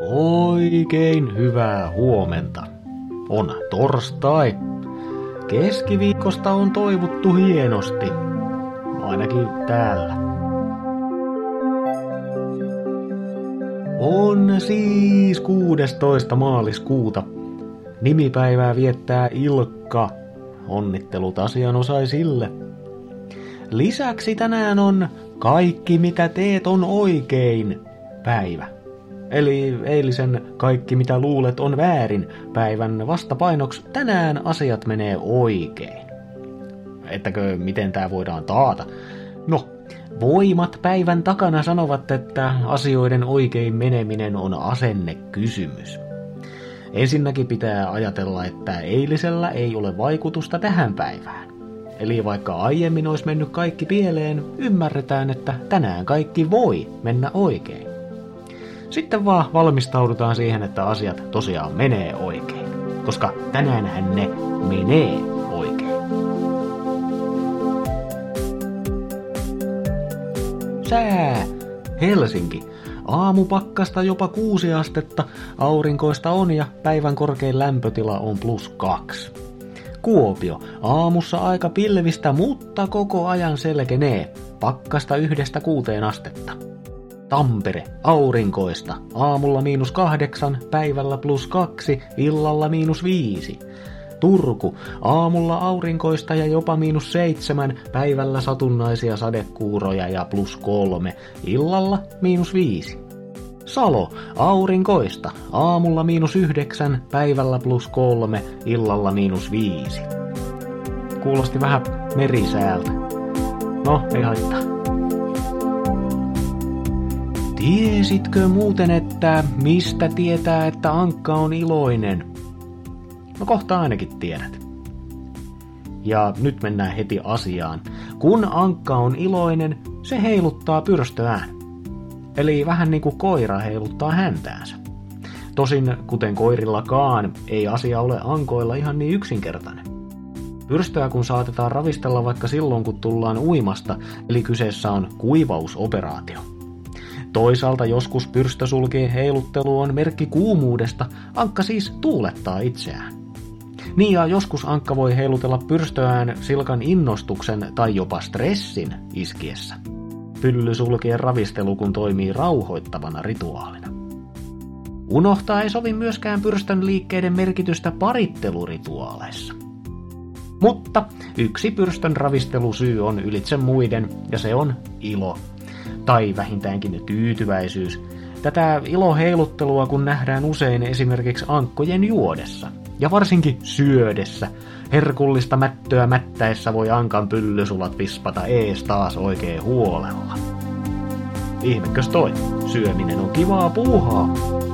Oikein hyvää huomenta. On torstai. Keskiviikosta on toivottu hienosti. Ainakin täällä. On siis 16. maaliskuuta. Nimipäivää viettää Ilkka. Onnittelut asianosaisille. Lisäksi tänään on Kaikki mitä teet on oikein päivä. Eli eilisen Kaikki mitä luulet on väärin päivän vastapainoksi tänään asiat menee oikein. Ettäkö miten tää voidaan taata? No, voimat päivän takana sanovat, että asioiden oikein meneminen on asennekysymys. Ensinnäkin pitää ajatella, että eilisellä ei ole vaikutusta tähän päivään. Eli vaikka aiemmin olisi mennyt kaikki pieleen, ymmärretään, että tänään kaikki voi mennä oikein. Sitten vaan valmistaudutaan siihen, että asiat tosiaan menee oikein, koska tänäänhän ne menee oikein. Sää! Helsinki. Aamupakkasta jopa 6 astetta, aurinkoista on ja päivän korkein lämpötila on +2. Kuopio. Aamussa aika pilvistä, mutta koko ajan selkenee. Pakkasta 1–6 astetta. Tampere. Aurinkoista. Aamulla -8, päivällä +2, illalla -5. Turku. Aamulla aurinkoista ja jopa -7, päivällä satunnaisia sadekuuroja ja +3, illalla -5. Salo. Aurinkoista. Aamulla -9, päivällä +3, illalla -5. Kuulosti vähän merisäältä. No, ei haittaa. Tiesitkö muuten, että mistä tietää, että ankka on iloinen? No kohta ainakin tiedät. Ja nyt mennään heti asiaan. Kun ankka on iloinen, se heiluttaa pyrstöään. Eli vähän niin kuin koira heiluttaa häntäänsä. Tosin, kuten koirillakaan, ei asia ole ankoilla ihan niin yksinkertainen. Pyrstöä kun saatetaan ravistella vaikka silloin, kun tullaan uimasta, eli kyseessä on kuivausoperaatio. Toisaalta joskus pyrstösulkien heiluttelu on merkki kuumuudesta, ankka siis tuulettaa itseään. Niin ja joskus ankka voi heilutella pyrstöään silkan innostuksen tai jopa stressin iskiessä. Pyllysulkien ravistelu kun toimii rauhoittavana rituaalina. Unohtaa ei sovi myöskään pyrstön liikkeiden merkitystä parittelurituaaleissa. Mutta yksi pyrstön ravistelusyy on ylitse muiden, ja se on ilo. Tai vähintäänkin tyytyväisyys. Tätä iloheiluttelua kun nähdään usein esimerkiksi ankkojen juodessa. Ja varsinkin syödessä. Herkullista mättöä mättäessä voi ankan pyllysulat vispata ees taas oikein huolella. Ihmekös toi? Syöminen on kivaa puuhaa.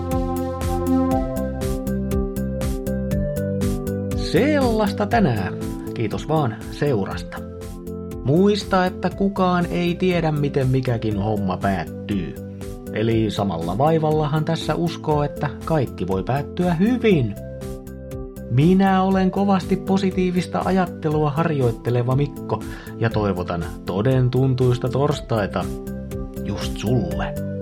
Sellaista tänään. Kiitos vaan seurasta. Muista, että kukaan ei tiedä, miten mikäkin homma päättyy. Eli samalla vaivallahan tässä uskoo, että kaikki voi päättyä hyvin. Minä olen kovasti positiivista ajattelua harjoitteleva Mikko ja toivotan toden tuntuista torstaita just sulle.